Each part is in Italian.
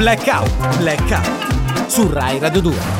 Blackout su Rai Radio 2.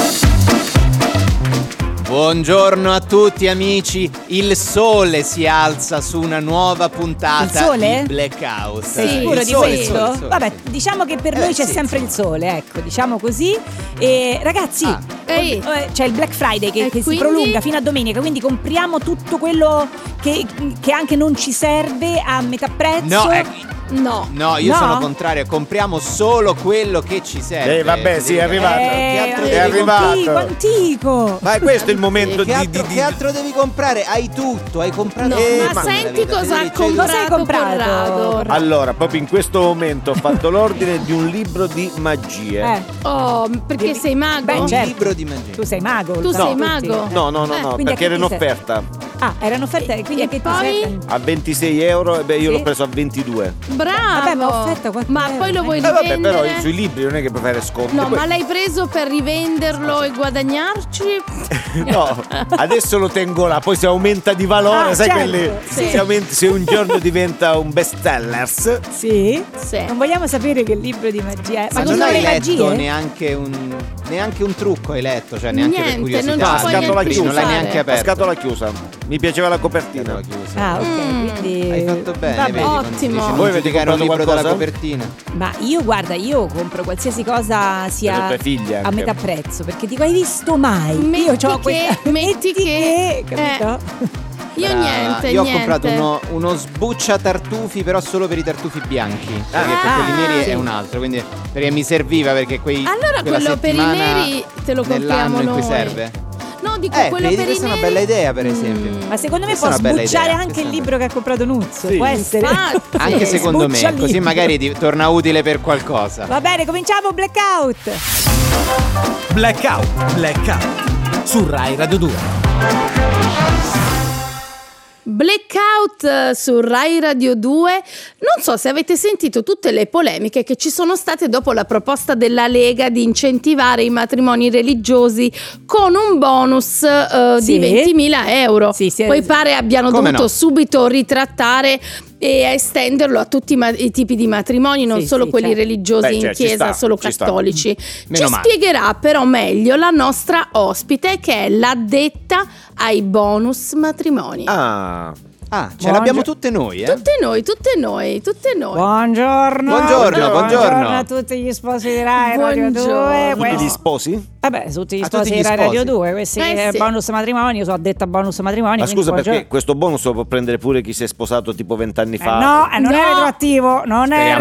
Buongiorno a tutti amici, il sole si alza su una nuova puntata di Blackout. Sei sicuro di questo? Il sole. Vabbè, diciamo che per noi c'è sempre il sole, ecco, diciamo così. E ragazzi, c'è il Black Friday che si prolunga fino a domenica, quindi compriamo tutto quello che anche non ci serve a metà prezzo. No, io sono contrario, compriamo solo quello che ci serve. Vabbè, sì, è arrivato. È arrivato. Antico. Ma questo è il momento che altro devi comprare? Hai tutto, hai comprato. Ma senti cosa ha comprato. Allora, proprio in questo momento ho fatto l'ordine di un libro di magie. Perché sei mago? Beh, certo. Un libro di magie. Tu sei mago. Tu sei mago? No, perché era in offerta. Era in offerta, quindi a che ti serve? A 26 euro, io l'ho preso a 22. Bravo. Vabbè, ma offerta poi lo vuoi rivendere? Però sui libri non è che puoi fare sconti. No, ma l'hai preso per rivenderlo e guadagnarci? No, adesso lo tengo là, poi se aumenta di valore, sai, certo. quelli se un giorno diventa un best sellers. Sì. Non vogliamo sapere che libro di magia è. Ma non hai letto neanche un trucco, hai letto, cioè neanche per curiosità. Non scatola chiusa, non l'hai neanche aperto. Scatola chiusa. Mi piaceva la copertina. Ok, quindi hai fatto bene, vedi, ottimo. Voi avete comprato un libro dalla copertina? Ma io compro qualsiasi cosa sia a metà prezzo, perché dico, hai visto mai? Metti che capito? Io niente. Io ho comprato uno sbuccia tartufi, però solo per i tartufi bianchi. Perché per quelli neri è un altro, quindi perché mi serviva, perché allora quello per i neri te lo compriamo in noi. cui serve. No, dico quello per i questa neri. è una bella idea, per esempio. Ma secondo me può sbucciare anche il libro che ha comprato Nuzio. Può essere. Anche secondo me, così magari torna utile per qualcosa. Va bene, cominciamo Blackout. Blackout su Rai Radio 2. Blackout su Rai Radio 2. Non so se avete sentito tutte le polemiche che ci sono state dopo la proposta della Lega di incentivare i matrimoni religiosi con un bonus di 20.000 euro. Poi pare abbiano dovuto subito ritrattare e estenderlo a tutti i tipi di matrimoni, non solo quelli religiosi in chiesa, solo cattolici. Ci spiegherà però meglio la nostra ospite, che è l'addetta ai bonus matrimoni. Ce l'abbiamo tutte noi, Tutte noi. Buongiorno a tutti gli sposi di Rai Radio 2. Tutti gli sposi? Vabbè, tutti gli sposi di Rai Radio 2. Questi bonus matrimoni, io sono addetta bonus matrimoni. Ma scusa, perché questo bonus lo può prendere pure chi si è sposato tipo 20 anni fa? No, non è retroattivo. Non è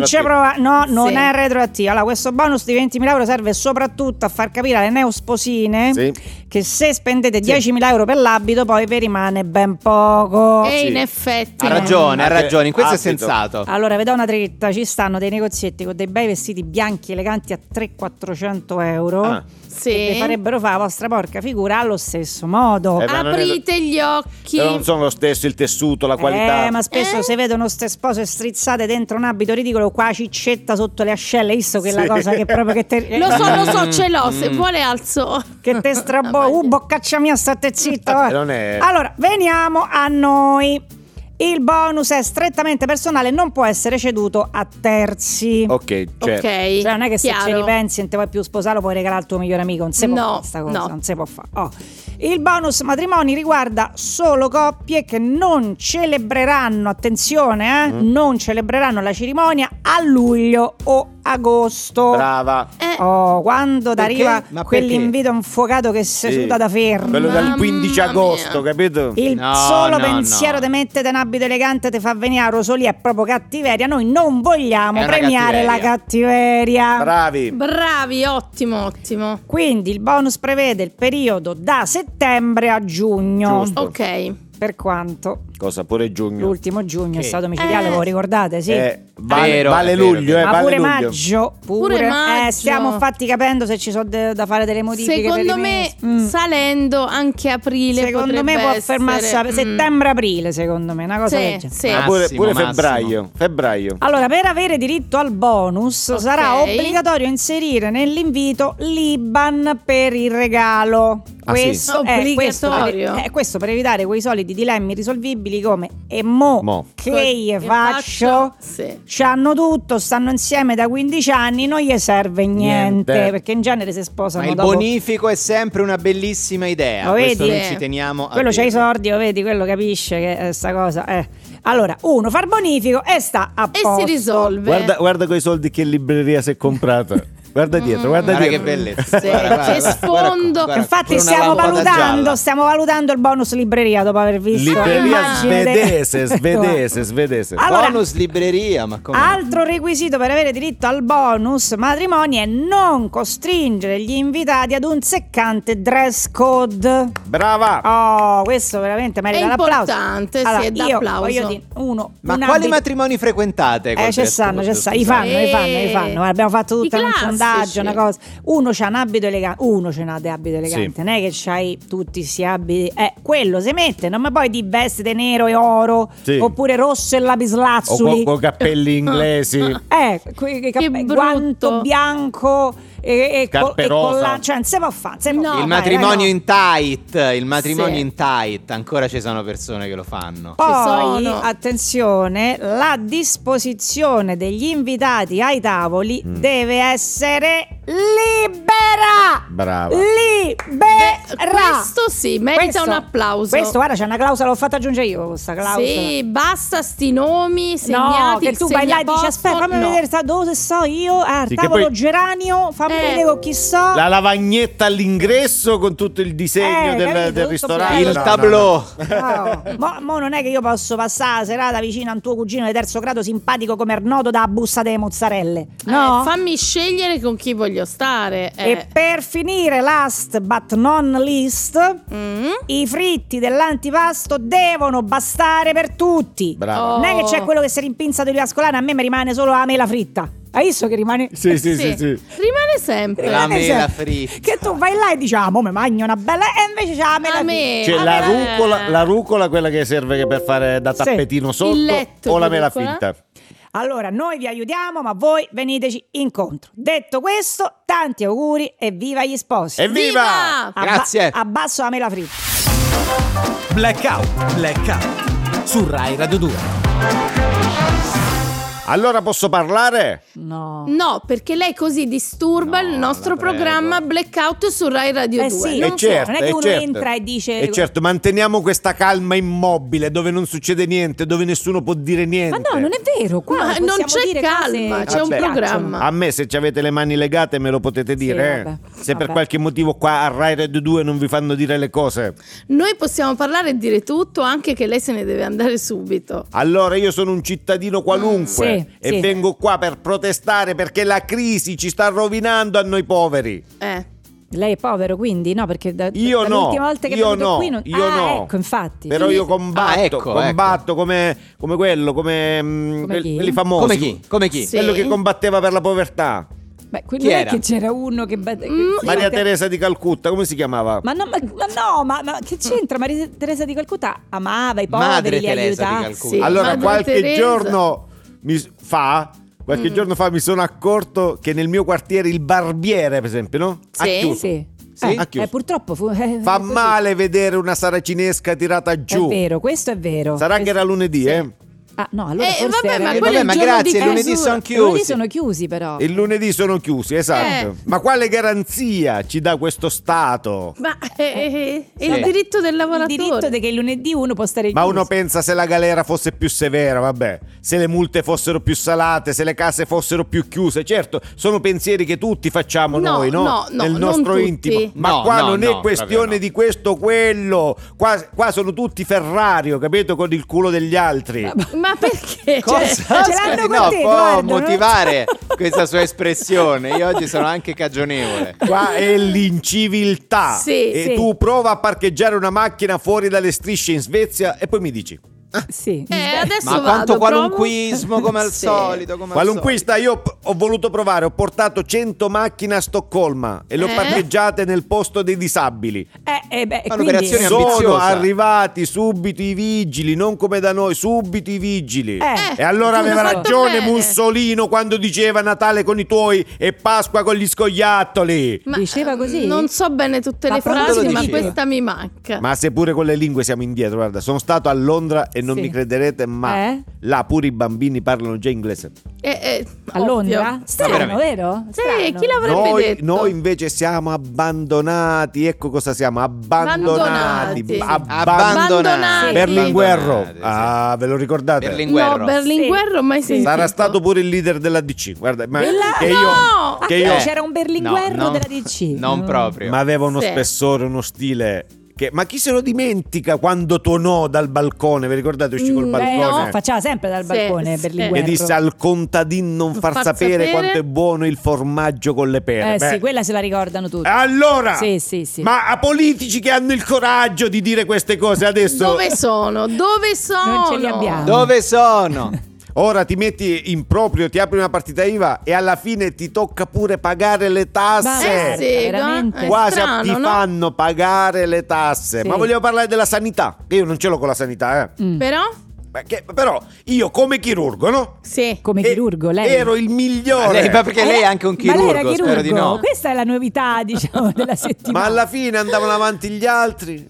retroattivo. Allora, questo bonus di 20.000 euro serve soprattutto a far capire alle neosposine che se spendete 10.000 euro per l'abito, poi vi rimane ben poco. E in effetti ha ragione, in questo è sensato. Allora, vi do una dritta, ci stanno dei negozietti con dei bei vestiti bianchi eleganti a 300-400 euro. Che vi farebbero fare la vostra porca figura allo stesso modo. Aprite gli occhi. Però non sono lo stesso il tessuto, la qualità. Ma spesso si vedono ste spose strizzate dentro un abito ridicolo, qua ciccetta sotto le ascelle. Visto quella cosa che proprio che te. Lo so, ce l'ho. Se vuole alzo. Che te boccaccia mia, state zitto. Non è. Allora, veniamo a noi. Il bonus è strettamente personale, non può essere ceduto a terzi. Ok. Cioè non è che se ci ripensi e non ti vuoi più sposare, lo puoi regalare al tuo migliore amico. Non si può fare questa cosa, non si può fare. Il bonus matrimoni riguarda solo coppie che non celebreranno, attenzione, non celebreranno la cerimonia a luglio o agosto. Brava. Quando arriva quell'invito infuocato che si suda da fermo. Quello dal 15 agosto, capito? Il solo pensiero di mettere un abito elegante ti fa venire a Rosolì, è proprio cattiveria. Noi non vogliamo premiare la cattiveria. Bravi, ottimo. Quindi il bonus prevede il periodo da settembre a giugno. Giusto. Ok. Per quanto? Cosa, pure giugno? L'ultimo giugno è stato micidiale, ve lo ricordate? Sì. Vale luglio, ma vale pure luglio. Maggio. Pure maggio. Stiamo infatti capendo se ci sono da fare delle modifiche. Secondo me salendo anche aprile. Secondo me può fermarsi a settembre-aprile, secondo me, una cosa del genere. Pure febbraio. Allora, per avere diritto al bonus sarà obbligatorio inserire nell'invito l'IBAN per il regalo. Questo è obbligatorio. Questo per evitare quei soliti dilemmi irrisolvibili disponibili come e mo. Che gli faccio? Sì. C'hanno tutto, stanno insieme da 15 anni, non gli serve niente. Perché in genere si sposano ma il dopo. bonifico è sempre una bellissima idea. Lo vedi? Questo non ci teniamo a quello c'ha i dirlo. soldi, lo vedi, quello capisce che sta cosa Allora, uno fa il bonifico e sta a posto. E si risolve. Guarda quei soldi che libreria si è comprata. Guarda dietro, guarda Guarda dietro. che bellezza. Sì, Guarda, che sfondo. guarda, Infatti pure una stiamo lampada gialla. valutando il bonus libreria dopo aver visto Libreria l'immagine svedese. Allora, Bonus libreria, ma come? altro requisito per avere diritto al bonus matrimoni è non costringere gli invitati ad un seccante dress code. Brava. Oh, questo veramente merita È l'applauso. importante, Allora, sì, io d'applauso. voglio dire, Ma un quali abito- matrimoni frequentate? col ce dress stanno, code, I scusate? fanno. Guarda, abbiamo fatto tutto I un classici. sondaggio, una cosa. Uno c'ha un abito elegante, uno ce n'ha di abito elegante, Sì. non è che c'hai tutti sti abiti. Quello si mette, non mi poi ti vestite nero e oro, Sì. oppure rosso e O lapislazzuli. con cappelli inglesi. Che guanto brutto. bianco e Scarpe rosa. cioè non si può fare. No. Il Vai, matrimonio no. in tight, Sì. in tight, ancora ci sono persone che lo fanno. Poi, sono. attenzione, la disposizione degli invitati ai tavoli deve essere libera. Brava. Libera. Questo sì, merita un applauso. Questo, guarda, c'è una clausola, l'ho fatta aggiungere io questa clausola. Sì, basta sti nomi segnati. No, che tu vai là e dici aspetta, fammi no. vedere dove so io, al Sì, che tavolo poi- geranio, fammi vedere con chi so. La lavagnetta all'ingresso con tutto il disegno capito, del tutto ristorante. bello. Il tableau. Mo non è che io posso passare la serata vicino a un tuo cugino di terzo grado simpatico come Ernodo da busta delle mozzarelle. No? Fammi scegliere con chi voglio stare. E per finire, last but not least, i fritti dell'antipasto devono bastare per tutti. Brava. Non è che c'è quello che si rimpinza di ascolana, a me mi rimane solo la mela fritta. Hai visto che rimane? Sì. Rimane sempre. La Rimane mela sempre. fritta. Che tu vai là e dici, ah, mo mi mangio una bella, e invece c'è la mela A fritta. me. C'è vabbè. la rucola, quella che serve per fare da Sì. tappetino Il sotto, letto o la di mela rucola. finta. Allora, noi vi aiutiamo, ma voi veniteci incontro. Detto questo, tanti auguri e viva gli sposi. Evviva! Grazie. Abbasso la mela fritta. Blackout su Rai Radio 2. Allora posso parlare? No. No, perché lei così disturba il nostro la prego. programma Blackout su Rai Radio 2. Sì, Non non, certo, non è che uno certo. entra e dice E certo, manteniamo questa calma immobile dove non succede niente, dove nessuno può dire niente. ma no, non è vero, qua Ma possiamo non c'è dire calma, cose c'è un che programma. A me se ci avete le mani legate me lo potete dire. vabbè, Se per vabbè. qualche motivo qua a Rai Radio 2 non vi fanno dire le cose. Noi possiamo parlare e dire tutto, anche che lei se ne deve andare subito. Allora io sono un cittadino qualunque Sì, e sì. vengo qua per protestare perché la crisi ci sta rovinando a noi poveri. Lei è povero, quindi no, perché Io no, dall'ultima volta che è io venuto no, qui non... io no. ecco, infatti. Però io combatto, ecco. come quello, come chi? quelli famosi. Come chi? Sì. Quello che combatteva per la povertà. Beh, Chi non è era? che c'era uno che Maria Teresa di Calcutta, come si chiamava? Ma che c'entra? Maria Teresa di Calcutta amava i poveri, Madre li Teresa di aiutava. Calcutta. Sì, Allora Madre qualche Teresa. giorno mi sono accorto che nel mio quartiere il barbiere, per esempio, no? Ha Sì. chiuso. Sì. Ha chiuso. Purtroppo Fa così. male vedere una saracinesca tirata giù. È vero, questo è vero. Sarà che era lunedì, Ah, no, allora forse vabbè, era... ma quello è il ma giorno grazie, di lunedì chiusura. sono Lunedì chiusi. sono chiusi però. Il lunedì sono chiusi, esatto. Ma quale garanzia ci dà questo Stato? Ma è il diritto del Il lavoratore. diritto di che il lunedì uno può stare Ma chiuso. uno pensa se la galera fosse più severa, vabbè, se le multe fossero più salate, se le case fossero più chiuse. Certo, sono pensieri che tutti facciamo No, noi, no? no, Nel non nostro tutti. intimo. Ma No, qua no, non no, è questione proprio no. di questo o quello. Qua sono tutti Ferrari, ho capito, con il culo degli altri. Ma perché? Cosa? ce l'hanno Aspetti, con no, te, può Edoardo, no? motivare questa sua espressione. Io oggi sono anche cagionevole. Qua è l'inciviltà. Sì, e sì. tu prova a parcheggiare una macchina fuori dalle strisce in Svezia e poi mi dici. Sì. Adesso Ma quanto vado, qualunquismo come al Sì. solito. Come al Qualunquista, io ho voluto provare, ho portato 100 macchine a Stoccolma e le ho parcheggiate nel posto dei disabili. un'operazione quindi... ambiziosa. Sono arrivati subito i vigili, non come da noi, subito i vigili. E allora hanno aveva fatto ragione bene. Mussolino quando diceva Natale con i tuoi e Pasqua con gli scoiattoli. Ma Diceva così? Non so bene tutte Ma le proprio frasi, lo ma diceva. questa mi manca. Ma se pure con le lingue siamo indietro, guarda, sono stato a Londra e non mi crederete, ma là pure i bambini parlano già inglese. A Londra? Strano, vero? Sì, chi l'avrebbe detto? Noi invece siamo abbandonati. Ecco cosa siamo, abbandonati. Berlinguer. Ah, ve lo ricordate? No, Berlinguer mai sentito. Sarà stato pure il leader della DC. Guarda, ma c'era un Berlinguer della DC. Non proprio. Ma aveva uno spessore, uno stile. Ma chi se lo dimentica quando tuonò dal balcone? Vi ricordate, uscì col balcone? No, faceva sempre dal balcone Berlinguer. E disse al contadino non far sapere quanto è buono il formaggio con le pere. Sì, quella se la ricordano tutti. Allora, sì. ma a politici che hanno il coraggio di dire queste cose adesso Dove sono? Non ce li abbiamo. Dove sono? Ora ti metti in proprio, ti apri una partita IVA e alla fine ti tocca pure pagare le tasse. Veramente. Quasi strano, ti fanno pagare le tasse. Sì. Ma vogliamo parlare della sanità? Che io non ce l'ho con la sanità, Però io come chirurgo, no? Sì. Come chirurgo, lei ero il migliore. Perché lei è anche un chirurgo, ma lei era spero di no. Questa è la novità, diciamo, della settimana. Ma alla fine andavano avanti gli altri.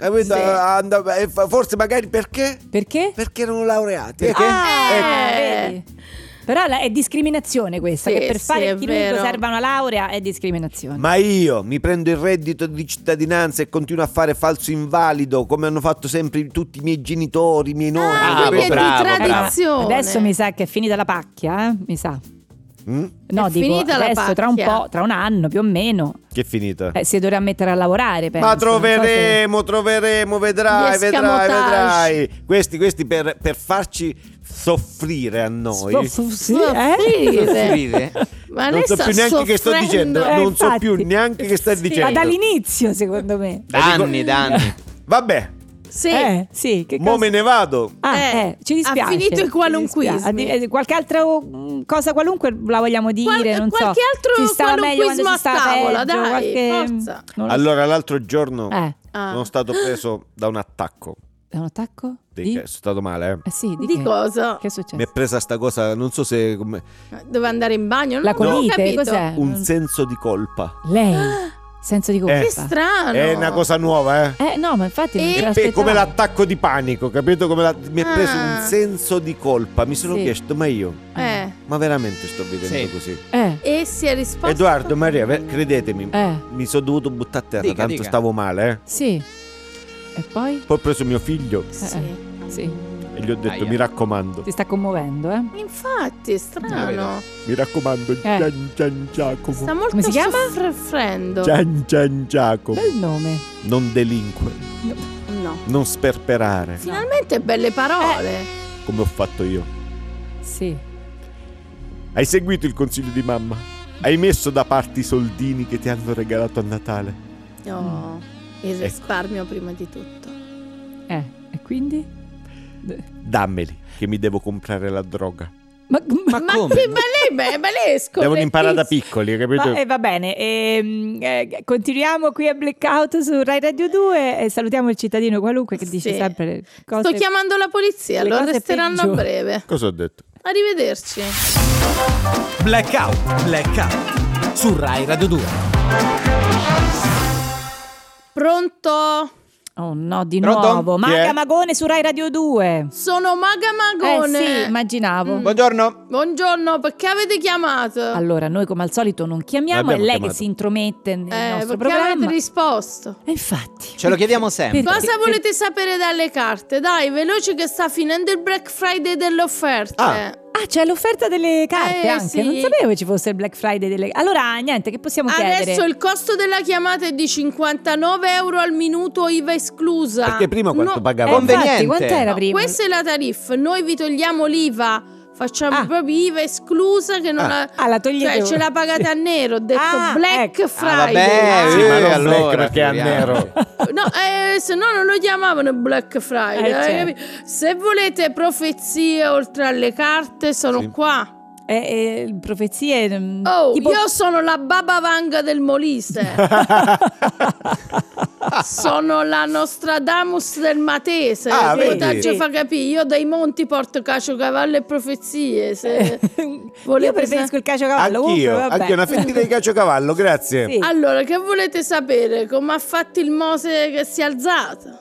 Forse magari perché? Perché? Perché erano laureati. Vedi? Però è discriminazione questa, che per fare il chirurgo vero. serva una laurea, è discriminazione. Ma io mi prendo il reddito di cittadinanza e continuo a fare falso invalido come hanno fatto sempre tutti i miei genitori, i miei nonni. Quindi è di tradizione. Adesso mi sa che è finita la pacchia, mi sa. No, È finita la adesso tra un pacchia. po', tra un anno più o meno. Che è finita? Si dovrà mettere a lavorare, penso. Ma troveremo, vedrai. Questi per farci soffrire a noi. Soffrire. Ma Non lei so sta più neanche che sto dicendo. Non so infatti. più neanche che stai dicendo. Ma dall'inizio, secondo me. Da anni. Vabbè, Sì, che mo me ne vado. ci dispiace. Ha finito i qualunquismi. Ci dispiace. Qualche altra cosa qualunque la vogliamo dire, non so. Qualche altro si stava meglio quando qualunquismo si a stava tavola, peggio, dai, forza. non lo so. Allora, l'altro giorno Ah. sono stato preso da un attacco. È un attacco? Sono stato male, Sì, Di che? cosa? Che è successo? Mi è presa sta cosa, non so se Dove andare in bagno? La Non ho colite, capito. cos'è? un senso di colpa. Lei? Senso di colpa? Che strano. È una cosa nuova, No, ma infatti non E ce È l'aspettavo. come l'attacco di panico, capito? Mi è preso un senso di colpa. Mi sono Sì. chiesto, ma io, Eh. ma veramente sto vivendo Sì. così? E si è risposto. Edoardo, Maria, credetemi, mi sono dovuto buttare a terra, Dica, tanto dica. stavo male, Sì. E poi? Poi ho preso mio figlio Sì. e gli ho detto, Aia. mi raccomando, Ti sta commuovendo, Infatti, è strano. mi raccomando, Gian Gian Giacomo, Sta molto Come si chiama? soffrendo. Gian Gian Giacomo, Bel nome. non delinque, No. non sperperare, Finalmente belle parole. come ho fatto io. Sì. Hai seguito il consiglio di mamma? Hai messo da parte i soldini che ti hanno regalato a Natale? No. Il risparmio prima di tutto. E quindi? Dammeli, che mi devo comprare la droga. Ma Ma come? lei è Devono imparare da scorrettissima. piccoli, hai capito? va bene, continuiamo qui a Blackout su Rai Radio 2 e salutiamo il cittadino qualunque che dice Sì. sempre le cose. Sto chiamando la polizia, le lo cose arresteranno a peggiori. breve. Cosa ho detto? Arrivederci. Blackout su Rai Radio 2. Pronto? Oh no, di Pronto? nuovo. Chi è? Maga Magone su Rai Radio 2. Sono Maga Magone. Sì, immaginavo. Buongiorno. Buongiorno, perché avete chiamato? Allora, noi come al solito non chiamiamo, è L'abbiamo lei chiamato. che si intromette nel nostro perché avete programma. risposto? E infatti. Ce lo chiediamo sempre. Perché? Cosa volete sapere dalle carte? Dai, veloce che sta finendo il Black Friday delle offerte. Ah, c'è l'offerta delle carte anche. sì. Non sapevo che ci fosse il Black Friday delle. Allora, niente, che possiamo chiedere? Adesso il costo della chiamata è di 59 euro al minuto, IVA esclusa. Perché prima quanto No, pagavo? Conveniente. Infatti, quant'era prima? Questa è la tariffa, noi vi togliamo l'IVA. Facciamo proprio IVA esclusa che non la... la togliete cioè ce voi. la pagate a nero. Ho detto Black ecco. Friday. vabbè, Sì, ma non allora, Black perché è a figuriamoci. nero. No, se no non lo chiamavano Black Friday. certo. hai capito? Se volete profezie oltre alle carte, sono qua. Profezie. Oh, tipo... io sono la Baba Vanga del Molise. Sono la Nostradamus del Matese. Vedi? Fa capire, io dai monti porto caciocavallo e profezie. Se io preferisco il caciocavallo. Anch'io una fettina di caciocavallo, grazie. Sì. Allora, che volete sapere? Come ha fatto il Mose che si è alzato?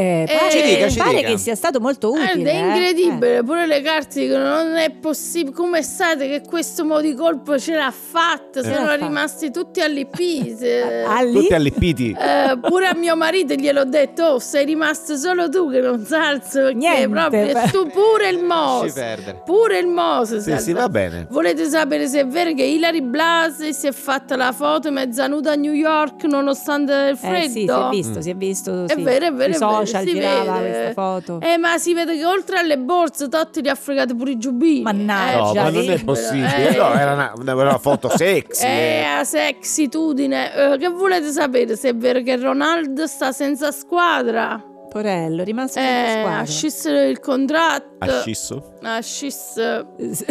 Pare che sia stato molto utile. È incredibile, pure le carte dicono non è possibile, come state che questo mo di colpo ce l'ha fatta, sono rimasti tutti allipiti. Tutti allippiti. Pure a mio marito gliel'ho detto, sei rimasto solo tu che non salzo, perché niente, proprio tu pure il Mose. Pure il Mose. Sì, va bene. Volete sapere se è vero che Hilary Blasi si è fatta la foto mezza nuda a New York nonostante il freddo? Sì, si è visto. È vero, sui social si girava vede. questa foto. Ma si vede che oltre alle borse Totti li ha fregati pure i giubbini. Mannaggia, ma non è possibile. No, era una foto sexy. A sexitudine. Che volete sapere se è vero che Ronaldo sta senza squadra? Porello, rimasto senza squadra. Ha scisso il contratto. Ha scisso.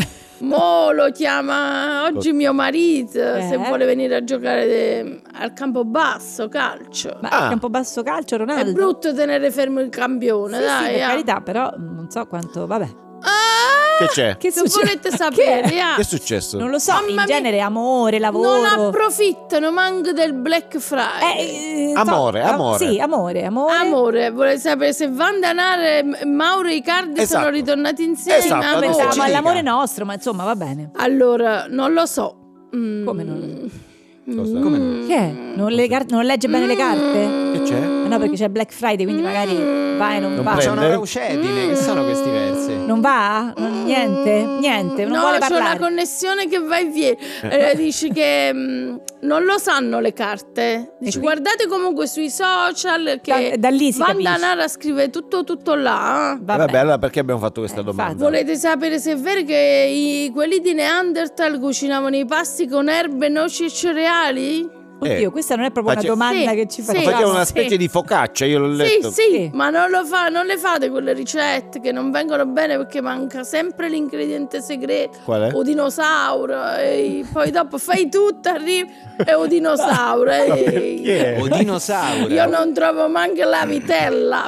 Mo lo chiama oggi mio marito se vuole venire a giocare al Campobasso calcio. Ma al Campobasso calcio Ronaldo? È brutto tenere fermo il campione, dai. Sì, per carità, però non so quanto, vabbè. Che c'è? Che volete sapere? Che è successo? Non lo so, in genere amore, lavoro. Non approfittano manco del Black Friday. Amore. Sì, amore. Volete sapere se Van Danare e Mauro Icardi sono ritornati insieme? Esatto, Pensavamo all'amore nostro, ma insomma va bene. Allora, non lo so. Come non? Come no? Che è? Non legge bene le carte? Che c'è? No, perché c'è Black Friday, quindi magari va e non va. C'è una reucedine, che sono questi versi? Non va? Niente, non vuole parlare. No, c'è una connessione che va e viene. Dici che non lo sanno le carte. Dici, guardate comunque sui social che da lì si Van capisce. Danara scrive tutto là. Vabbè, allora perché abbiamo fatto questa domanda? Volete sapere se è vero che quelli di Neanderthal cucinavano i pasti con erbe, noci e cereali? Oddio, questa non è proprio una domanda che ci facciamo. Facciamo una specie di focaccia, io l'ho letto. Sì, ma non le fate quelle ricette che non vengono bene perché manca sempre l'ingrediente segreto. Qual è? O dinosauro. E poi dopo fai tutto, arrivi e o dinosauro. Perché? O dinosauro. Io non trovo manco la vitella.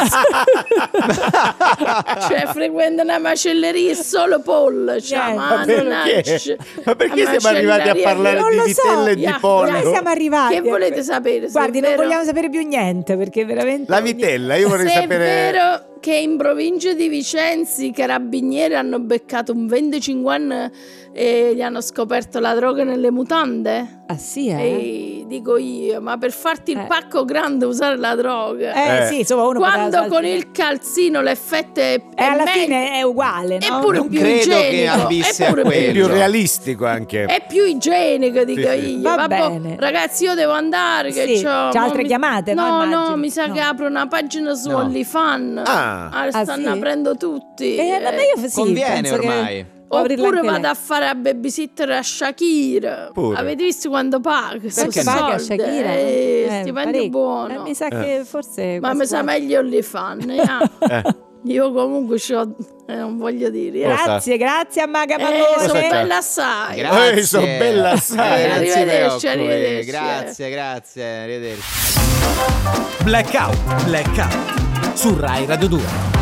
Cioè, frequento una macelleria solo pollo. Cioè, Ma perché siamo arrivati a parlare di vitelle e di pollo? Siamo arrivati. Che volete sapere? Guardi, non vogliamo sapere più niente perché veramente. La vitella, io vorrei sapere. È vero che in provincia di Vicenza i carabinieri hanno beccato un 25enne e gli hanno scoperto la droga nelle mutande? Ah sì, E dico io, ma per farti il pacco grande usare la droga? Sì, insomma uno quando con il calzino l'effetto è alla fine è uguale, no? È pure non più credo igienico, che ambisse a pure quello. È più realistico anche. è più igienico, dico Sì. io. Va Vabbè, bene. ragazzi, io devo andare che Sì, c'ho altre chiamate, no, No, immagino. mi sa No. che apro una pagina su OnlyFans. Stanno sì? aprendo tutti. Vabbè, io sì, Conviene penso ormai. Che può aprirla Oppure anche vado lei. a fare a babysitter a Shakira. Pure. Avete visto quando paga? Perché paga Shakira? Stipendio parecchio. buono. Mi sa che forse. Ma mi sa meglio OnlyFans. Io comunque non voglio dire. Grazie a Maga Sono Pavone. bella assai. Grazie. sono bella assai. Non si Arrivederci, preoccupi. arrivederci. Grazie, arrivederci. Blackout su Rai Radio 2.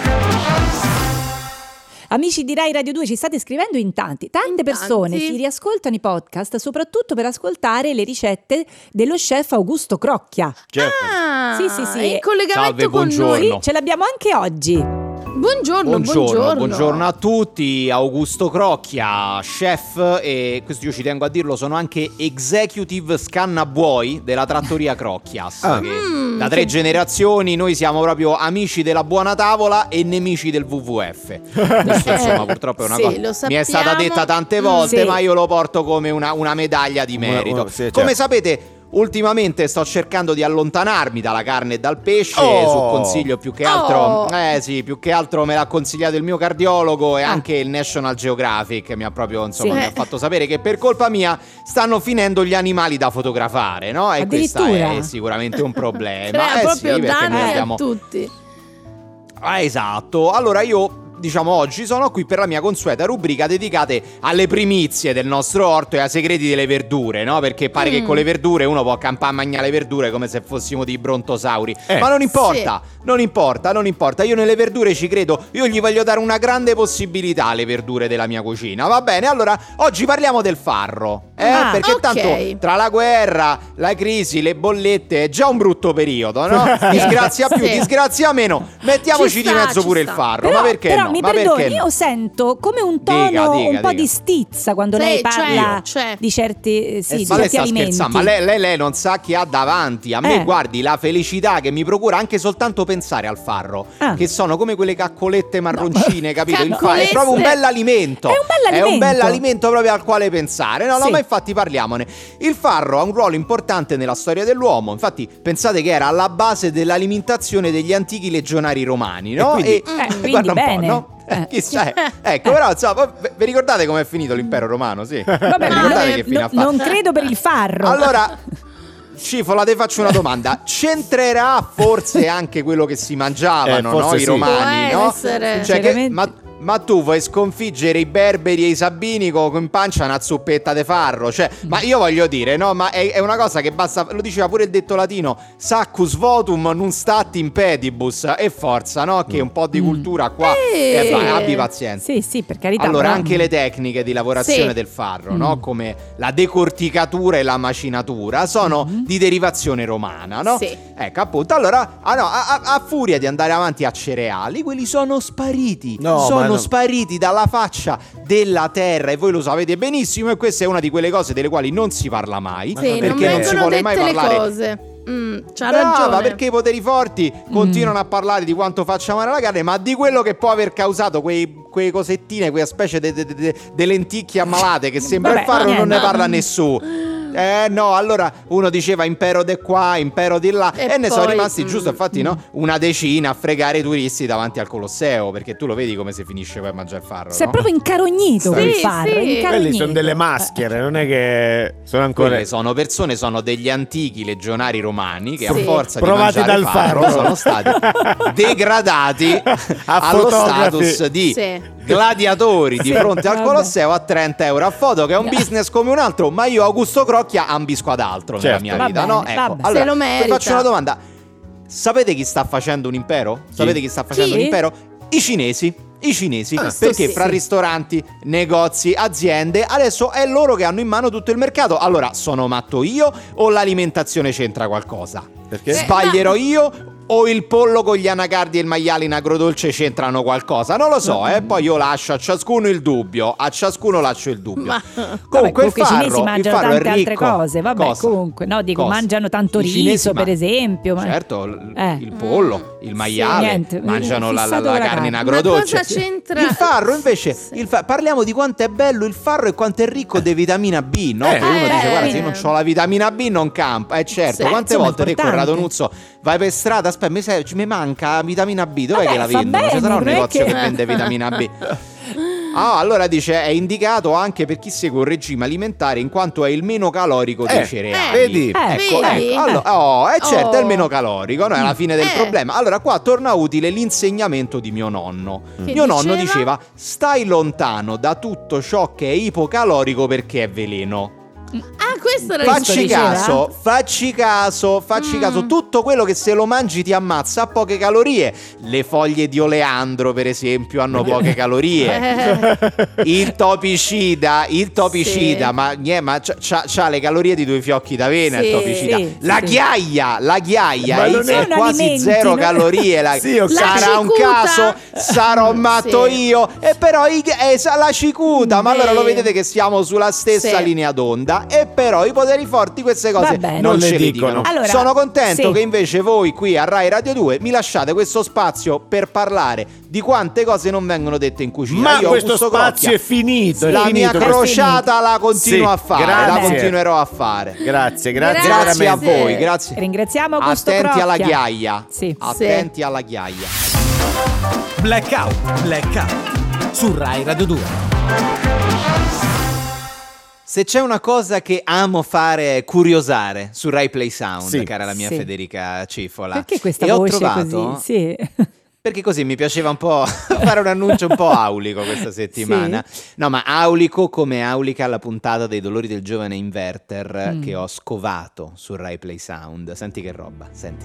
Amici di Rai Radio 2, ci state scrivendo in tanti. Tante persone si riascoltano i podcast soprattutto per ascoltare le ricette dello chef Augusto Crocchia. Certo. Sì. È in collegamento Salve, con buongiorno. noi. Sì, ce l'abbiamo anche oggi. Buongiorno a tutti. Augusto Crocchia, chef, e questo io ci tengo a dirlo, sono anche executive scannabuoi della trattoria Crocchias. Che da 3 generazioni noi siamo proprio amici della buona tavola e nemici del WWF. Questo insomma purtroppo è una cosa lo mi è stata sappiamo. detta tante volte, Sì. ma io lo porto come una medaglia di merito. Sì, certo. Come sapete, ultimamente sto cercando di allontanarmi dalla carne e dal pesce, su consiglio più che altro più che altro me l'ha consigliato il mio cardiologo e anche il National Geographic mi ha proprio mi ha fatto sapere che per colpa mia stanno finendo gli animali da fotografare, no? E questo è sicuramente un problema. Crea proprio perché noi danni abbiamo a tutti. esatto. Allora io diciamo oggi sono qui per la mia consueta rubrica dedicate alle primizie del nostro orto e ai segreti delle verdure, no? Perché pare che con le verdure uno può campare a mangiare le verdure come se fossimo dei brontosauri. Ma non importa, non importa. Io nelle verdure ci credo, io gli voglio dare una grande possibilità alle verdure della mia cucina. Va bene, allora oggi parliamo del farro, perché tanto tra la guerra, la crisi, le bollette è già un brutto periodo, no? Disgrazia più, disgrazia meno. Mettiamoci di mezzo pure il farro, però, ma perché però, no? Mi ma perdoni, perché no? io sento come un tono un po' di stizza quando lei parla di certi, di ma lei certi sta alimenti. scherzando, ma lei non sa chi ha davanti. A me guardi la felicità che mi procura anche soltanto pensare al farro, che sono come quelle caccolette marroncine, capito? È proprio un bell'alimento. È un bell'alimento proprio al quale pensare. No, ma infatti parliamone. Il farro ha un ruolo importante nella storia dell'uomo. Infatti pensate che era alla base dell'alimentazione degli antichi legionari romani, no? Quindi bene. No? Chissà, ecco, però insomma, vi ricordate com'è finito l'impero romano? Sì. Ricordate che fine ha fatto? Non credo per il farro. Allora, Cifola, te faccio una domanda. C'entrerà forse anche quello che si mangiavano, no? I romani, no? Cioè che, ma tu vuoi sconfiggere i berberi e i sabini con in pancia una zuppetta de farro? Cioè, ma io voglio dire, no? Ma è una cosa che basta, lo diceva pure il detto latino, saccus votum non stat impedibus, e forza, no? Che un po' di cultura qua, abbi pazienza. Sì, per carità. Allora, anche le tecniche di lavorazione del farro, no? Come la decorticatura e la macinatura, sono di derivazione romana, no? Sì. Ecco, appunto, allora, a furia di andare avanti a cereali, quelli sono spariti. Sono spariti dalla faccia della terra, e voi lo sapete benissimo, e questa è una di quelle cose delle quali non si parla mai, perché non si vuole mai parlare. Cose. C'ha ragione. Perché i poteri forti continuano a parlare di quanto faccia male la carne, ma di quello che può aver causato quei cosettine, quella specie di lenticchie ammalate che sembra il farro, non ne parla nessuno. No, allora uno diceva impero di qua, impero di là, e ne sono rimasti giusto, infatti, no? Una decina a fregare i turisti davanti al Colosseo, perché tu lo vedi come si finisce poi a mangiare il farro. Si è proprio incarognito il farro. Quelli sono delle maschere, non è che sono ancora. Quelle sono persone, sono degli antichi legionari romani che a forza provati di mangiare dal farro sono stati degradati allo status di gladiatori di fronte al Colosseo a 30 euro a foto, che è un business come un altro, ma io Augusto Crocchia ambisco ad altro nella mia vita, no? Ecco, allora, se lo merita. vi faccio una domanda. Sapete chi sta facendo un impero? Sapete chi sta facendo un impero? I cinesi, perché fra ristoranti, negozi, aziende, adesso è loro che hanno in mano tutto il mercato. Allora, sono matto io o l'alimentazione c'entra qualcosa? Perché? Sbaglierò io o il pollo con gli anacardi e il maiale in agrodolce c'entrano qualcosa? Non lo so, poi io lascio a ciascuno il dubbio, lascio il dubbio. Comunque i cinesi mangiano tante altre cose, comunque, no, dico, mangiano tanto riso, per esempio. Certo, il pollo, il maiale, mangiano la carne in agrodolce. Ma cosa c'entra? Il farro invece, parliamo di quanto è bello il farro e quanto è ricco di vitamina B, no? Che uno dice, guarda, se io non ho la vitamina B non campa. Certo, quante volte te con Radonuzzo vai per strada, aspetta, mi manca vitamina B, dov'è che la vendono? Ci sarà un negozio che vende vitamina B? Allora dice, è indicato anche per chi segue un regime alimentare in quanto è il meno calorico dei cereali. Vedi? Ecco. Allora, certo, è il meno calorico, no? È la fine del problema. Allora qua torna utile l'insegnamento di mio nonno. Mio nonno diceva, stai lontano da tutto ciò che è ipocalorico perché è veleno. Questo era facci caso, tutto quello che se lo mangi ti ammazza ha poche calorie. Le foglie di oleandro, per esempio, hanno poche calorie. Il topicida, ma c'ha le calorie di 2 fiocchi d'avena, il topicida. La ghiaia è quasi zero calorie. Sarà un caso, sarò matto io, e però la cicuta, ma allora lo vedete che siamo sulla stessa linea d'onda, e però i poteri forti queste cose non ce le dicono. Allora, sono contento che invece voi qui a Rai Radio 2 mi lasciate questo spazio per parlare di quante cose non vengono dette in cucina. Ma io, questo spazio è finito. La mia crociata la continuo a fare, la continuerò a fare. Grazie a voi, grazie. Ringraziamo Augusto Attenti Crocchia. alla ghiaia. Attenti alla ghiaia. Blackout su Rai Radio 2. Se c'è una cosa che amo fare è curiosare su Rai Play Sound, cara la mia Federica Cifola. Perché questa e voce ho trovato, così? Perché così mi piaceva un po' fare un annuncio un po' aulico questa settimana. Sì. No, ma aulico come aulica la puntata dei dolori del giovane Inverter che ho scovato su Rai Play Sound. Senti che roba, senti.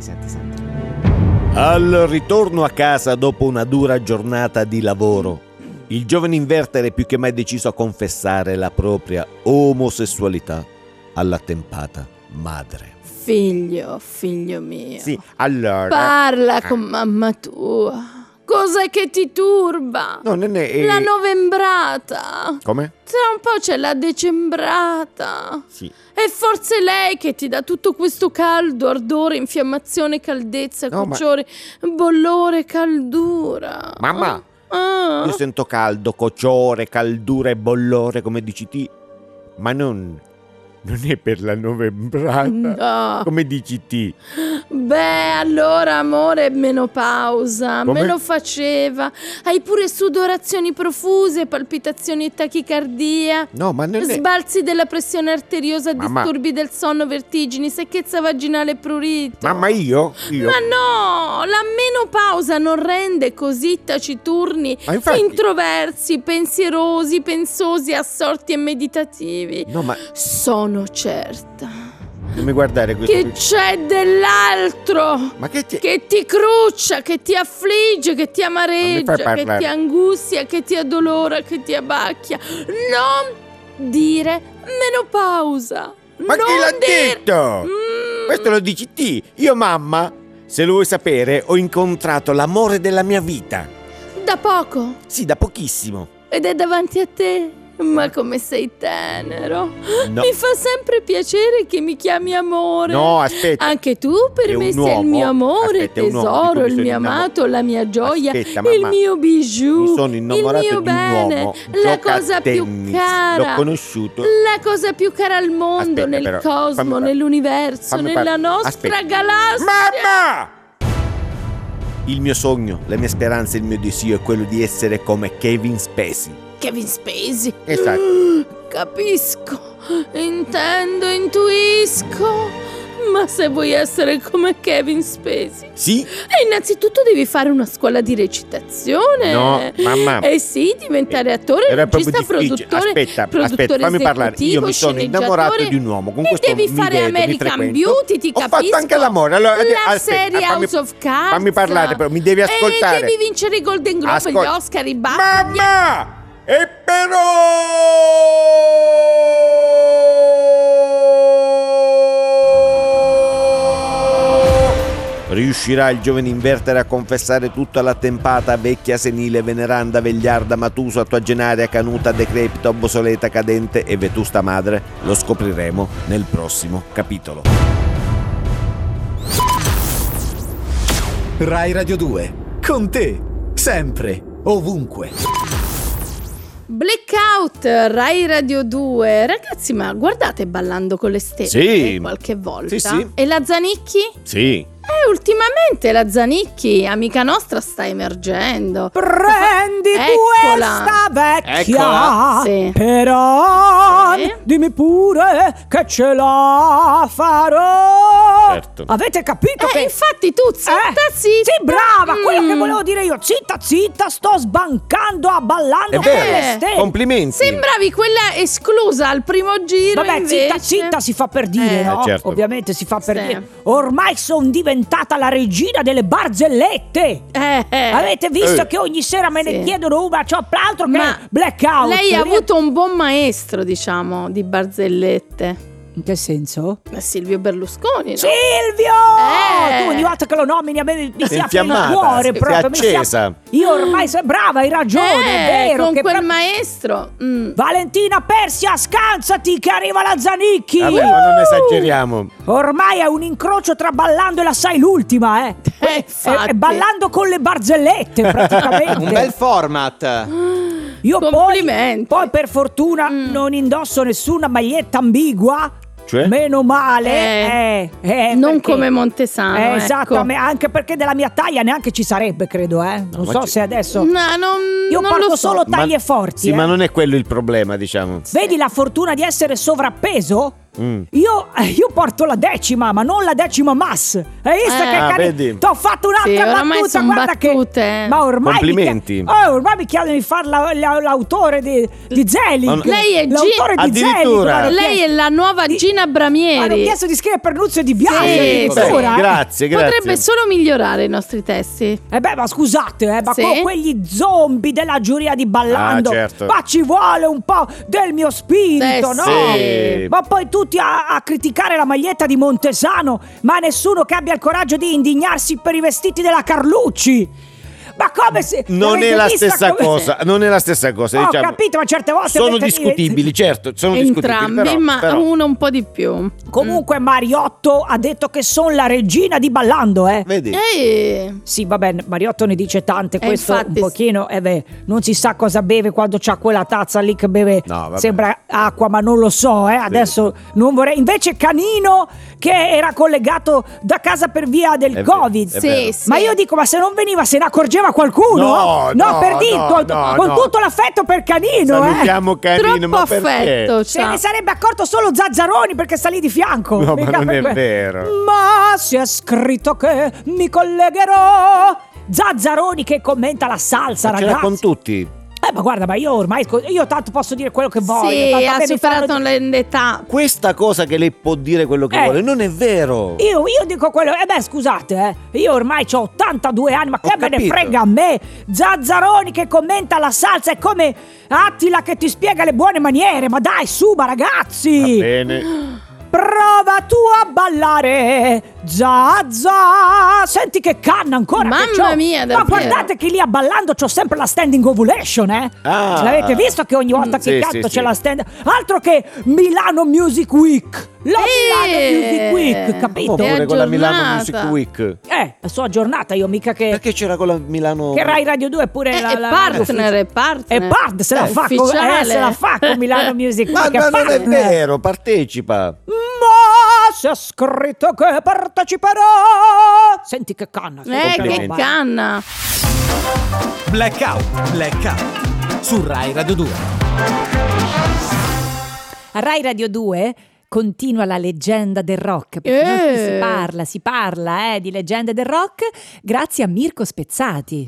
Al ritorno a casa dopo una dura giornata di lavoro, il giovane Inverter è più che mai deciso a confessare la propria omosessualità all'attempata madre. Figlio mio. Sì, allora. Parla con mamma tua. Cos'è che ti turba? No, nene, La novembrata. Come? Tra un po' c'è la decembrata. Sì. È forse lei che ti dà tutto questo caldo, ardore, infiammazione, caldezza, cocciore, bollore, caldura. Mamma, io sento caldo, cocciore, caldura e bollore, come dici ti, ma non è per la novembrata, no. Come dici ti. Beh, allora amore, menopausa. Come? Me lo faceva. Hai pure sudorazioni profuse, palpitazioni e tachicardia. No, ma non è. Sbalzi della pressione arteriosa, Mamma. disturbi del sonno, vertigini, secchezza vaginale e prurito. Mamma, io? Ma no, la menopausa non rende così taciturni, Ma infatti. introversi, pensierosi, pensosi, assorti e meditativi. No, ma Sono certa non mi guardare questo. che c'è dell'altro. Ma che c'è? Che ti cruccia, che ti affligge, che ti amareggia, Non mi fai che parlare. ti angustia, che ti addolora, che ti abbacchia. Non dire menopausa. Ma non chi l'ha dire- detto? Questo lo dici ti. Io, mamma, se lo vuoi sapere, ho incontrato l'amore della mia vita. Da poco. Sì, da pochissimo. Ed è davanti a te. Ma come sei tenero. No. Mi fa sempre piacere che mi chiami amore. No, aspetta. Anche tu per È me un sei il uomo. mio amore, Aspetta, è un uomo di tesoro, cui il mi mio sono amato, la mia gioia, Aspetta, il mamma. mio bijou, Mi sono innamorato il mio di un bene, uomo. la Gioca a cosa più tennis. cara. L'ho conosciuto. La cosa più cara al mondo, Aspetta, nel però, cosmo, fammi nell'universo, fammi nella nostra Aspetta. galassia. Mamma! Il mio sogno, la mia speranza, il mio desio è quello di essere come Kevin Spacey. Kevin Spacey. Esatto. Capisco, intendo, intuisco. Ma se vuoi essere come Kevin Spacey, Sì? innanzitutto devi fare una scuola di recitazione. No, mamma. Sì, diventare attore, Era proprio regista, difficile. produttore, Aspetta, fammi parlare. Io mi sono innamorato di un uomo. Con e questo devi mi fare vedo, mi American frequento. Beauty, ti Ho capisco. fatto anche l'amore. Allora, la aspetta, serie House of Cards. Fammi parlare, però mi devi ascoltare. E devi vincere i Golden Globe, gli Oscar, i BAFTA. Mamma! E però riuscirà il giovane Inverter a confessare tutto alla tempata, vecchia, senile, veneranda, vegliarda, matusa, ottogenaria, canuta, decrepita, obsoleta, cadente e vetusta madre? Lo scopriremo nel prossimo capitolo. Rai Radio 2, con te, sempre, ovunque. Blackout, Rai Radio 2. Ragazzi, ma guardate Ballando con le stelle Sì. qualche volta. Sì. E la Zanicchi? Sì. Ultimamente la Zanicchi, amica nostra, sta emergendo. Prendi Eccola. questa vecchia, Eccola. Sì. però Sì. dimmi pure che ce la farò. Certo. Avete capito che... Infatti tu zitta, zitta. Sì, brava, quello che volevo dire io. Zitta, zitta, sto sbancando a Ballando È con le vero. stelle. Complimenti. Sembravi quella esclusa al primo giro. Vabbè, invece. zitta, zitta si fa per dire, no? certo. Ovviamente si fa per Sì. dire. Ormai sono diventata la regina delle barzellette. Avete visto che ogni sera me ne Sì. chiedono una altro che Ma Blackout? lei ha avuto un buon maestro, diciamo, di barzellette. In che senso? Silvio Berlusconi, no? Silvio! Tu ogni volta che lo nomini a me mi si apre il infiammata, cuore si è proprio. accesa. Io ormai brava, hai ragione, è vero. Con che quel proprio- maestro. Valentina Persia, scansati che arriva la Zanicchi! Vabbè, ma non esageriamo. Ormai è un incrocio tra Ballando e la Sai l'ultima, eh! Infatti. È Ballando con le barzellette, praticamente. Un bel format. Io Complimenti. poi per fortuna non indosso nessuna maglietta ambigua. Cioè? Meno male. Non perché- come Montesano, ecco. Esattamente, anche perché della mia taglia neanche ci sarebbe, credo, eh. Non ma so ci- se adesso. No, Io non porto lo so. solo taglie forti. Sì, ma non è quello il problema, diciamo. Vedi la fortuna di essere sovrappeso? Io porto la 10ª, ma non la 10ª mass. Hai visto che vedi? T'ho fatto un'altra battuta, guarda battute. Ma ormai complimenti. ormai mi chiedono di fare l'autore di Zelig. Lei è l'autore di Zelig. Lei è la nuova Gina Bramieri. Hanno chiesto di scrivere per Nunzio Di Biase addirittura. Grazie. Potrebbe solo migliorare i nostri testi. Ma scusate, ma con quegli zombie della giuria di Ballando, certo. ma ci vuole un po' del mio spirito, no? Sì. Ma poi tutti a criticare la maglietta di Montesano, ma nessuno che abbia il coraggio di indignarsi per i vestiti della Carlucci. Ma come se non è la stessa cosa, non è la stessa cosa. Ho diciamo, capito, ma certe volte sono discutibili, certo, sono entrambi, discutibili, però. uno un po' di più. Comunque Mariotto ha detto che sono la regina di Ballando, Vedi? Sì, vabbè, Mariotto ne dice tante, questo infatti, un pochino, non si sa cosa beve quando c'ha quella tazza lì che beve, sembra acqua, ma non lo so, adesso non vorrei. Invece Canino, che era collegato da casa per via del Covid, sì. Ma io dico, ma se non veniva se ne accorgeva qualcuno? No, per dire, con tutto l'affetto per Canino, Salutiamo Canino, troppo ma perché? affetto. Se ne sarebbe accorto solo Zazzaroni, perché sta lì di fianco. No, ma non è vero. Ma si è scritto che mi collegherò. Zazzaroni che commenta la salsa, Ma ragazzi. c'era con tutti. Ma guarda, ma io ormai tanto posso dire quello che voglio. Sì, tanto ha superato l'età. Questa cosa che lei può dire quello che vuole non è vero. Io dico quello. Scusate, io ormai ho 82 anni, ma che me ne capito. frega a me? Zazzaroni che commenta la salsa è come Attila che ti spiega le buone maniere. Ma dai, suba, ragazzi. Va bene. Prova tu a ballare, Zazza. Senti che canna ancora. Mamma mia, davvero. Ma guardate che lì a Ballando c'ho sempre la standing ovulation, L'avete visto che ogni volta che canto c'è la stand. Altro che Milano Music Week. Milano Music Week, capito? Oppure con la Milano Music Week. Sono aggiornata io, mica che. Perché c'era con la Milano? Che Rai Radio 2 pure è partner. Se la fa con Milano Music Week. Ma non è vero, partecipa. Ma si è scritto che parteciperò. Senti che canna. Che canna. Blackout su Rai Radio 2. A Rai Radio 2 continua la leggenda del rock, perché si parla di leggende del rock grazie a Mirko Spezzati.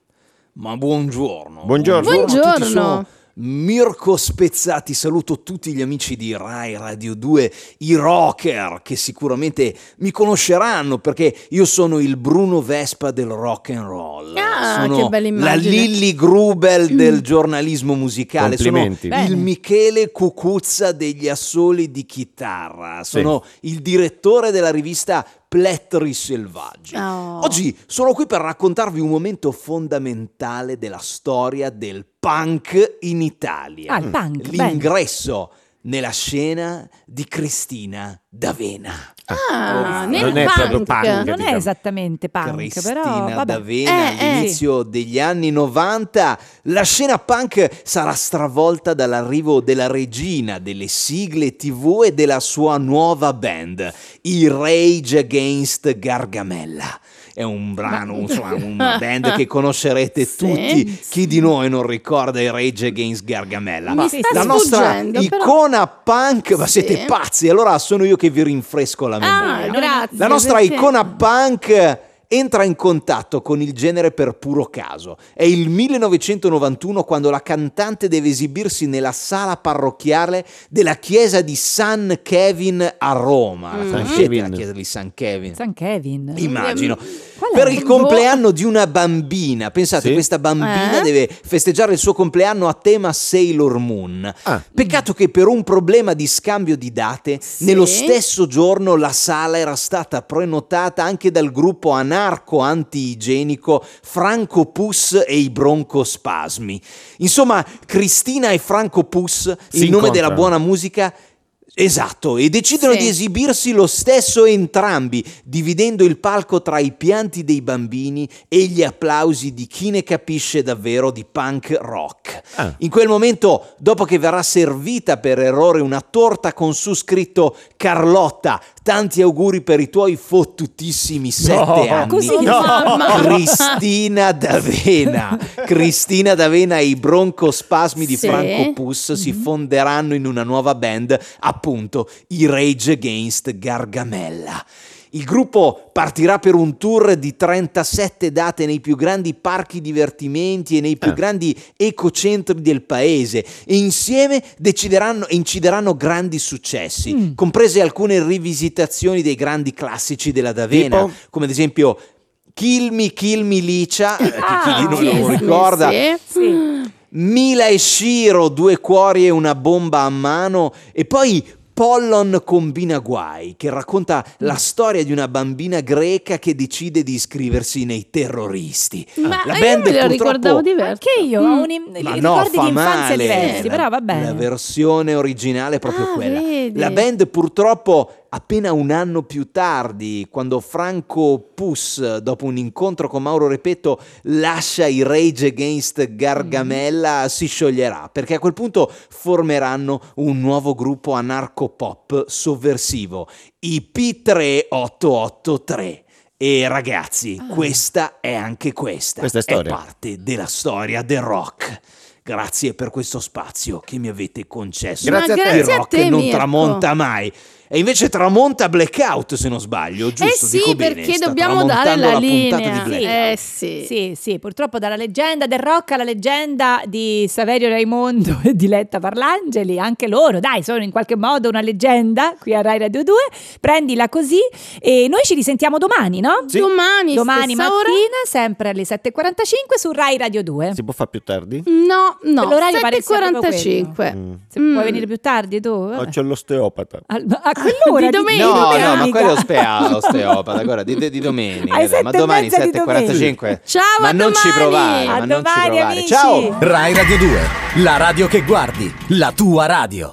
Ma buongiorno. Buongiorno. A tutti, sono Mirko Spezzati, saluto tutti gli amici di Rai Radio 2, i rocker che sicuramente mi conosceranno perché io sono il Bruno Vespa del rock and roll. Sono che bella immagine. la Lilli Grubel del giornalismo musicale, sono il Michele Cucuzza degli assoli di chitarra, sono il direttore della rivista Plettri Selvaggi. Oggi sono qui per raccontarvi un momento fondamentale della storia del punk in Italia. Il punk, l'ingresso nella scena di Cristina D'Avena. Nel non è proprio punk, non diciamo. è esattamente punk, Cristina però vabbè. D'Avena all'inizio degli anni 90 la scena punk sarà stravolta dall'arrivo della regina delle sigle TV e della sua nuova band, i Rage Against Gargamella. È un brano, una band che conoscerete tutti. Chi di noi non ricorda i Rage Against Gargamella? La nostra icona punk, ma siete pazzi, allora sono io che vi rinfresco la memoria. Grazie. La nostra icona punk entra in contatto con il genere per puro caso. È il 1991 quando la cantante deve esibirsi nella sala parrocchiale della chiesa di San Kevin a Roma. La conoscete la chiesa di San Kevin? San Kevin. Immagino. Per il compleanno di una bambina. Pensate, questa bambina deve festeggiare il suo compleanno a tema Sailor Moon. Peccato che per un problema di scambio di date, nello stesso giorno la sala era stata prenotata anche dal gruppo anarco-anti-igienico Franco Puss e i Broncospasmi. Insomma, Cristina e Franco Puss, il nome della buona musica. Esatto, e decidono di esibirsi lo stesso entrambi, dividendo il palco tra i pianti dei bambini e gli applausi di chi ne capisce davvero di punk rock. In quel momento, dopo che verrà servita per errore una torta con su scritto "Carlotta, tanti auguri per i tuoi fottutissimi 7 anni", Cristina D'Avena e i Broncospasmi di Franco Puss si fonderanno in una nuova band a appunto i Rage Against Gargamella. Il gruppo partirà per un tour di 37 date nei più grandi parchi divertimenti e nei più grandi ecocentri del paese e insieme incideranno grandi successi, comprese alcune rivisitazioni dei grandi classici della D'Avena, come ad esempio Kill Me Licia, chi non lo ricorda, Mila e Shiro, 2 cuori e una bomba a mano, e poi Pollon combina guai, che racconta la storia di una bambina greca che decide di iscriversi nei terroristi. Ma la band io me lo ricordavo diverso. Anche io ho ricordi di infanzia diversi, però va bene. La versione originale è proprio quella. Vedi. La band purtroppo appena un anno più tardi, quando Franco Puss, dopo un incontro con Mauro Repetto, lascia i Rage Against Gargamella, si scioglierà, perché a quel punto formeranno un nuovo gruppo anarco-pop sovversivo, i P3883. E ragazzi, questa è anche questa è parte della storia del rock. Grazie per questo spazio che mi avete concesso. Grazie a te. Il rock non Mirko. tramonta mai. E invece tramonta Blackout, se non sbaglio, giusto? Sì, Dico perché bene, dobbiamo dare la linea. linea. Di Blackout. Sì, purtroppo dalla leggenda del rock alla leggenda di Saverio Raimondo e Diletta Parlangeli, anche loro, dai, sono in qualche modo una leggenda qui a Rai Radio 2. Prendila così e noi ci risentiamo domani, no? Sì. Domani Mattina, ora? sempre alle 7:45 su Rai Radio 2. Si può fare più tardi? No, L'orario pare sia proprio 7:45. Se puoi venire più tardi tu? Oh, c'è l'osteopata. A quell'ora Di domenica. No, ma quello è osteopata, guarda, di domenica. Alle Ma domani 7:30 7:45. Ciao, ma a non ci domani. provare, A ma non ci domani, provare. amici. Ciao. Rai Radio 2, la radio che guardi, la tua radio.